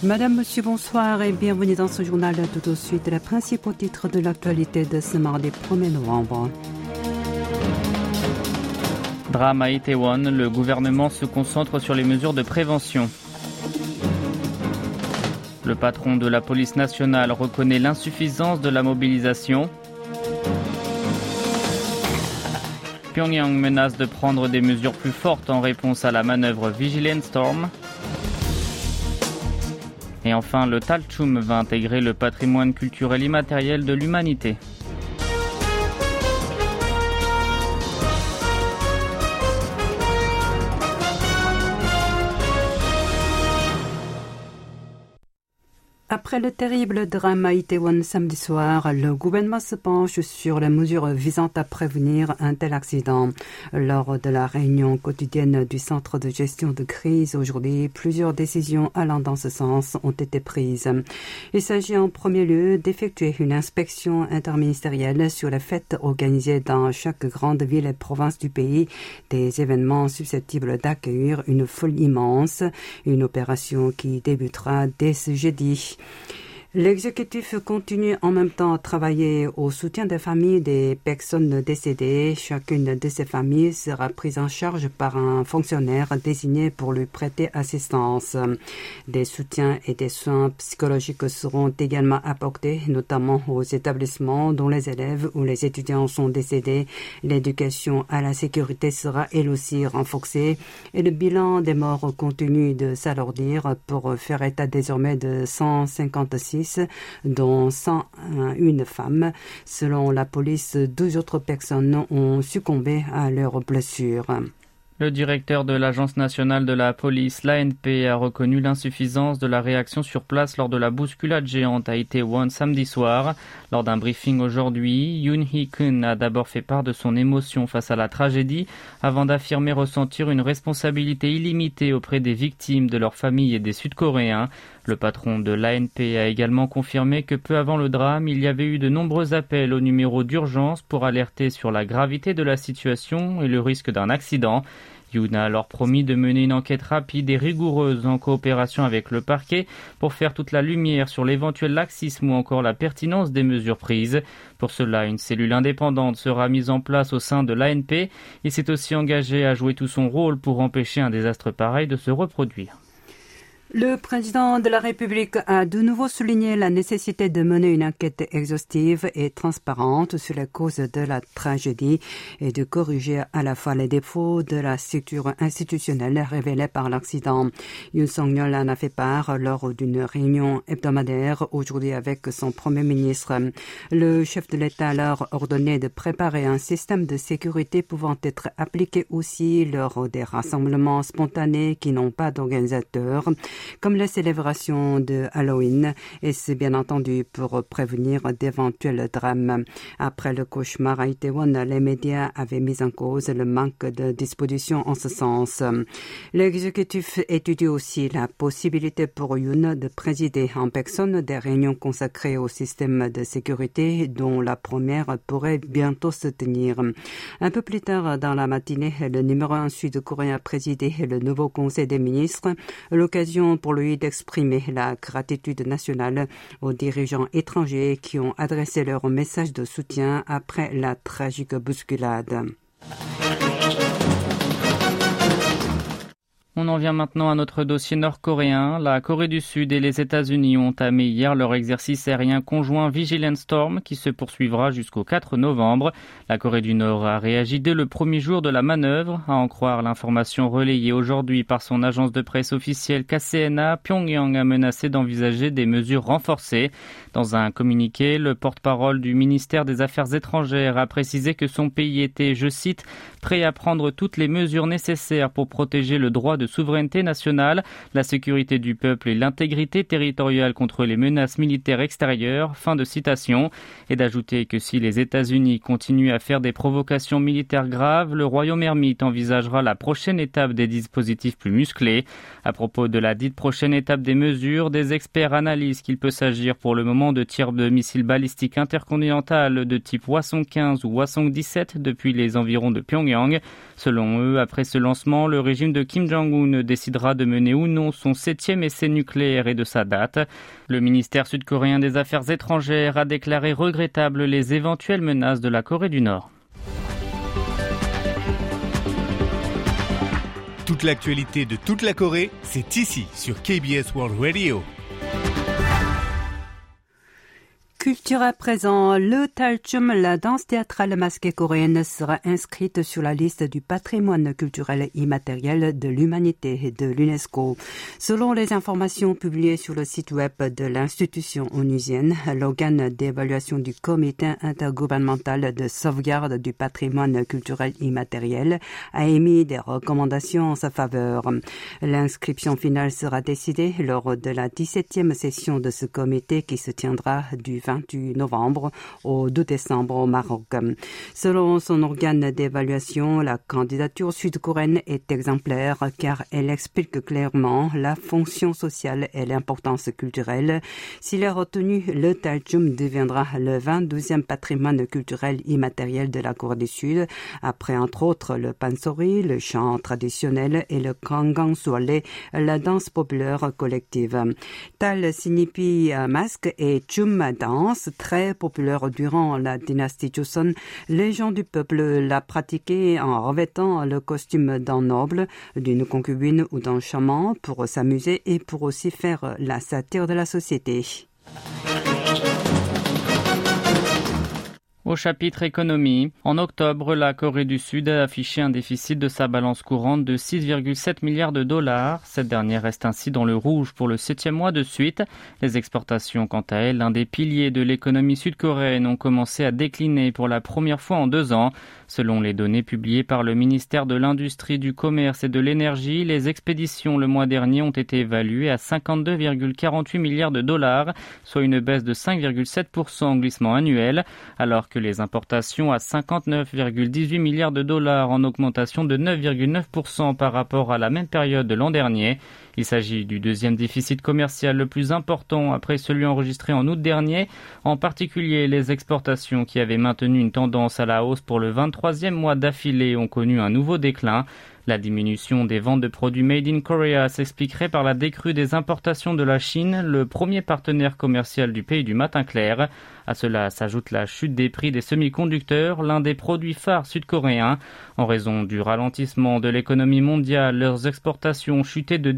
Madame, Monsieur, bonsoir et bienvenue dans ce journal. Tout de suite, les principaux titres de l'actualité de ce mardi 1er novembre. Drame à Itaewon, le gouvernement se concentre sur les mesures de prévention. Le patron de la police nationale reconnaît l'insuffisance de la mobilisation. Pyongyang menace de prendre des mesures plus fortes en réponse à la manœuvre Vigilant Storm. Et enfin, le Talchum va intégrer le patrimoine culturel immatériel de l'humanité. Après le terrible drame à Itaewon samedi soir, le gouvernement se penche sur les mesures visant à prévenir un tel accident. Lors de la réunion quotidienne du centre de gestion de crise aujourd'hui, plusieurs décisions allant dans ce sens ont été prises. Il s'agit en premier lieu d'effectuer une inspection interministérielle sur les fêtes organisées dans chaque grande ville et province du pays, des événements susceptibles d'accueillir une foule immense, une opération qui débutera dès ce jeudi. L'exécutif continue en même temps à travailler au soutien des familles des personnes décédées. Chacune de ces familles sera prise en charge par un fonctionnaire désigné pour lui prêter assistance. Des soutiens et des soins psychologiques seront également apportés, notamment aux établissements dont les élèves ou les étudiants sont décédés. L'éducation à la sécurité sera elle aussi renforcée et le bilan des morts continue de s'alourdir pour faire état désormais de 156, dont 101 femmes. Selon la police, 12 autres personnes ont succombé à leurs blessures. Le directeur de l'Agence nationale de la police, l'ANP, a reconnu l'insuffisance de la réaction sur place lors de la bousculade géante à Itaewon samedi soir. Lors d'un briefing aujourd'hui, Yoon Hee-keun a d'abord fait part de son émotion face à la tragédie avant d'affirmer ressentir une responsabilité illimitée auprès des victimes, de leurs familles et des Sud-Coréens. Le patron de l'ANP a également confirmé que peu avant le drame, il y avait eu de nombreux appels au numéro d'urgence pour alerter sur la gravité de la situation et le risque d'un accident. Yoon a alors promis de mener une enquête rapide et rigoureuse en coopération avec le parquet pour faire toute la lumière sur l'éventuel laxisme ou encore la pertinence des mesures prises. Pour cela, une cellule indépendante sera mise en place au sein de l'ANP et s'est aussi engagé à jouer tout son rôle pour empêcher un désastre pareil de se reproduire. Le président de la République a de nouveau souligné la nécessité de mener une enquête exhaustive et transparente sur les causes de la tragédie et de corriger à la fois les défauts de la structure institutionnelle révélés par l'accident. Yoon Song-yeol en a fait part lors d'une réunion hebdomadaire aujourd'hui avec son Premier ministre. Le chef de l'État a alors ordonné de préparer un système de sécurité pouvant être appliqué aussi lors des rassemblements spontanés qui n'ont pas d'organisateur, comme la célébration de Halloween, et c'est bien entendu pour prévenir d'éventuels drames. Après le cauchemar à Itaewon, les médias avaient mis en cause le manque de dispositions en ce sens. L'exécutif étudie aussi la possibilité pour Yoon de présider en personne des réunions consacrées au système de sécurité, dont la première pourrait bientôt se tenir. Un peu plus tard dans la matinée, le numéro 1 sud-coréen a présidé le nouveau conseil des ministres, l'occasion pour lui d'exprimer la gratitude nationale aux dirigeants étrangers qui ont adressé leur message de soutien après la tragique bousculade. On en vient maintenant à notre dossier nord-coréen. La Corée du Sud et les États-Unis ont entamé hier leur exercice aérien conjoint Vigilant Storm qui se poursuivra jusqu'au 4 novembre. La Corée du Nord a réagi dès le premier jour de la manœuvre. À en croire l'information relayée aujourd'hui par son agence de presse officielle KCNA, Pyongyang a menacé d'envisager des mesures renforcées. Dans un communiqué, le porte-parole du ministère des Affaires étrangères a précisé que son pays était, je cite, prêt à prendre toutes les mesures nécessaires pour protéger le droit de souveraineté nationale, la sécurité du peuple et l'intégrité territoriale contre les menaces militaires extérieures, fin de citation, et d'ajouter que si les États-Unis continuent à faire des provocations militaires graves, le royaume ermite envisagera la prochaine étape des dispositifs plus musclés. À propos de la dite prochaine étape des mesures, des experts analysent qu'il peut s'agir pour le moment de tirs de missiles balistiques intercontinentales de type Hwasong-15 ou Hwasong-17 depuis les environs de Pyongyang. Selon eux, après ce lancement, le régime de Kim Jong-un Jong-un décidera de mener ou non son 7e essai nucléaire et de sa date. Le ministère sud-coréen des Affaires étrangères a déclaré regrettables les éventuelles menaces de la Corée du Nord. Toute l'actualité de toute la Corée, c'est ici sur KBS World Radio. Culture à présent, le Talchum, la danse théâtrale masquée coréenne, sera inscrite sur la liste du patrimoine culturel immatériel de l'humanité de l'UNESCO. Selon les informations publiées sur le site web de l'institution onusienne, l'organe d'évaluation du comité intergouvernemental de sauvegarde du patrimoine culturel immatériel a émis des recommandations en sa faveur. L'inscription finale sera décidée lors de la 17e session de ce comité qui se tiendra du 28 novembre au 2 décembre au Maroc. Selon son organe d'évaluation, la candidature sud-coréenne est exemplaire car elle explique clairement la fonction sociale et l'importance culturelle. S'il est retenu, le Talchum deviendra le 22e patrimoine culturel immatériel de la Corée du Sud, après entre autres le pansori, le chant traditionnel et le Gangang Soleil, la danse populaire collective. Tal signifie masque et chum danse, très populaire durant la dynastie Joseon. Les gens du peuple la pratiquaient en revêtant le costume d'un noble, d'une concubine ou d'un chaman pour s'amuser et pour aussi faire la satire de la société. Au chapitre économie, en octobre, la Corée du Sud a affiché un déficit de sa balance courante de 6,7 milliards de dollars. Cette dernière reste ainsi dans le rouge pour le 7e mois de suite. Les exportations, quant à elles, l'un des piliers de l'économie sud-coréenne, ont commencé à décliner pour la première fois en 2 ans. Selon les données publiées par le ministère de l'Industrie, du Commerce et de l'Énergie, les expéditions le mois dernier ont été évaluées à 52,48 milliards de dollars, soit une baisse de 5,7% en glissement annuel, alors que les importations à 59,18 milliards de dollars en augmentation de 9,9% par rapport à la même période de l'an dernier. Il s'agit du deuxième déficit commercial le plus important après celui enregistré en août dernier, en particulier les exportations qui avaient maintenu une tendance à la hausse pour le 23e mois d'affilée ont connu un nouveau déclin. La diminution des ventes de produits Made in Korea s'expliquerait par la décrue des importations de la Chine, le premier partenaire commercial du pays du matin clair. À cela s'ajoute la chute des prix des semi-conducteurs, l'un des produits phares sud-coréens. En raison du ralentissement de l'économie mondiale, leurs exportations ont chuté de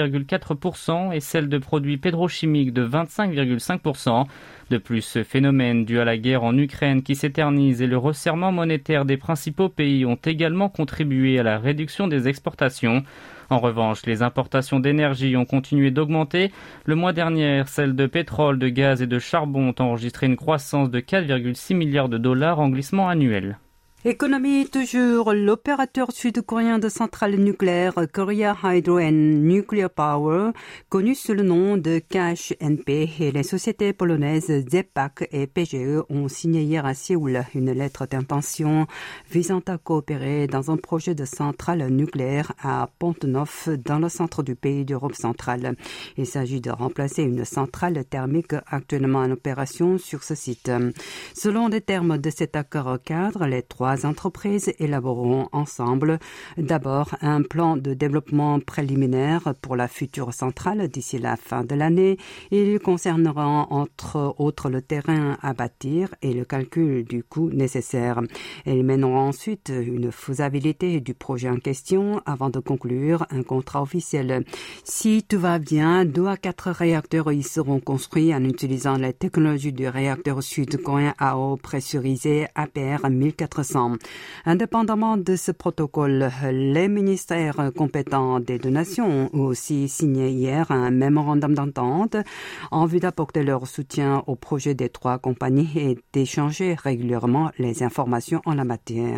17,4% et celles de produits pétrochimiques de 25,5%. De plus, ce phénomène dû à la guerre en Ukraine qui s'éternise et le resserrement monétaire des principaux pays ont également contribué à la réduction des exportations. En revanche, les importations d'énergie ont continué d'augmenter. Le mois dernier, celles de pétrole, de gaz et de charbon ont enregistré une croissance de 4,6 milliards de dollars en glissement annuel. Économie toujours, l'opérateur sud-coréen de centrales nucléaires Korea Hydro & Nuclear Power, connu sous le nom de KHNP, et les sociétés polonaises ZEPAC et PGE ont signé hier à Séoul une lettre d'intention visant à coopérer dans un projet de centrale nucléaire à Pont-Neuf dans le centre du pays d'Europe centrale. Il s'agit de remplacer une centrale thermique actuellement en opération sur ce site. Selon les termes de cet accord cadre, les 3 entreprises élaboreront ensemble d'abord un plan de développement préliminaire pour la future centrale d'ici la fin de l'année. Il concernera entre autres le terrain à bâtir et le calcul du coût nécessaire. Elles mèneront ensuite une faisabilité du projet en question avant de conclure un contrat officiel. Si tout va bien, 2 à 4 réacteurs y seront construits en utilisant les technologies du réacteur sud-coréen à eau pressurisée APR 1400. Indépendamment de ce protocole, les ministères compétents des 2 nations ont aussi signé hier un mémorandum d'entente en vue d'apporter leur soutien au projet des 3 compagnies et d'échanger régulièrement les informations en la matière.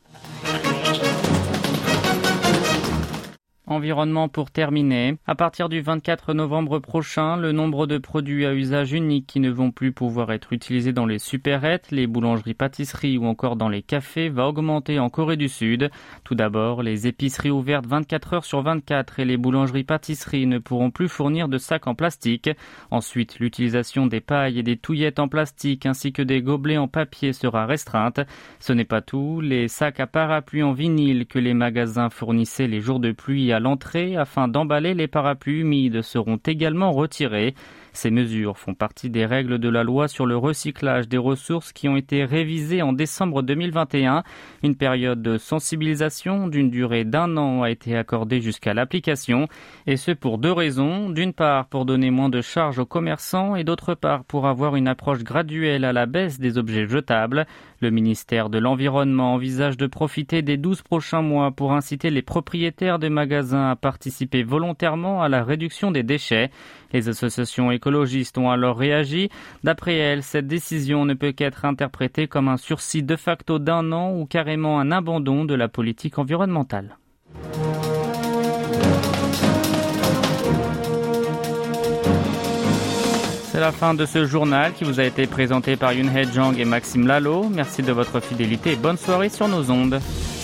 Environnement pour terminer. À partir du 24 novembre prochain, le nombre de produits à usage unique qui ne vont plus pouvoir être utilisés dans les supérettes, les boulangeries-pâtisseries ou encore dans les cafés va augmenter en Corée du Sud. Tout d'abord, les épiceries ouvertes 24 heures sur 24 et les boulangeries-pâtisseries ne pourront plus fournir de sacs en plastique. Ensuite, l'utilisation des pailles et des touillettes en plastique ainsi que des gobelets en papier sera restreinte. Ce n'est pas tout. Les sacs à parapluie en vinyle que les magasins fournissaient les jours de pluie à l'entrée afin d'emballer les parapluies humides seront également retirés. Ces mesures font partie des règles de la loi sur le recyclage des ressources qui ont été révisées en décembre 2021. Une période de sensibilisation d'une durée d'1 an a été accordée jusqu'à l'application, et ce pour 2 raisons. D'une part, pour donner moins de charges aux commerçants et d'autre part, pour avoir une approche graduelle à la baisse des objets jetables. Le ministère de l'Environnement envisage de profiter des 12 prochains mois pour inciter les propriétaires de magasins à participer volontairement à la réduction des déchets. Les associations écologistes ont alors réagi. D'après elles, cette décision ne peut qu'être interprétée comme un sursis de facto d'1 an ou carrément un abandon de la politique environnementale. C'est la fin de ce journal qui vous a été présenté par Yoon Hae Jung et Maxime Lalo. Merci de votre fidélité et bonne soirée sur nos ondes.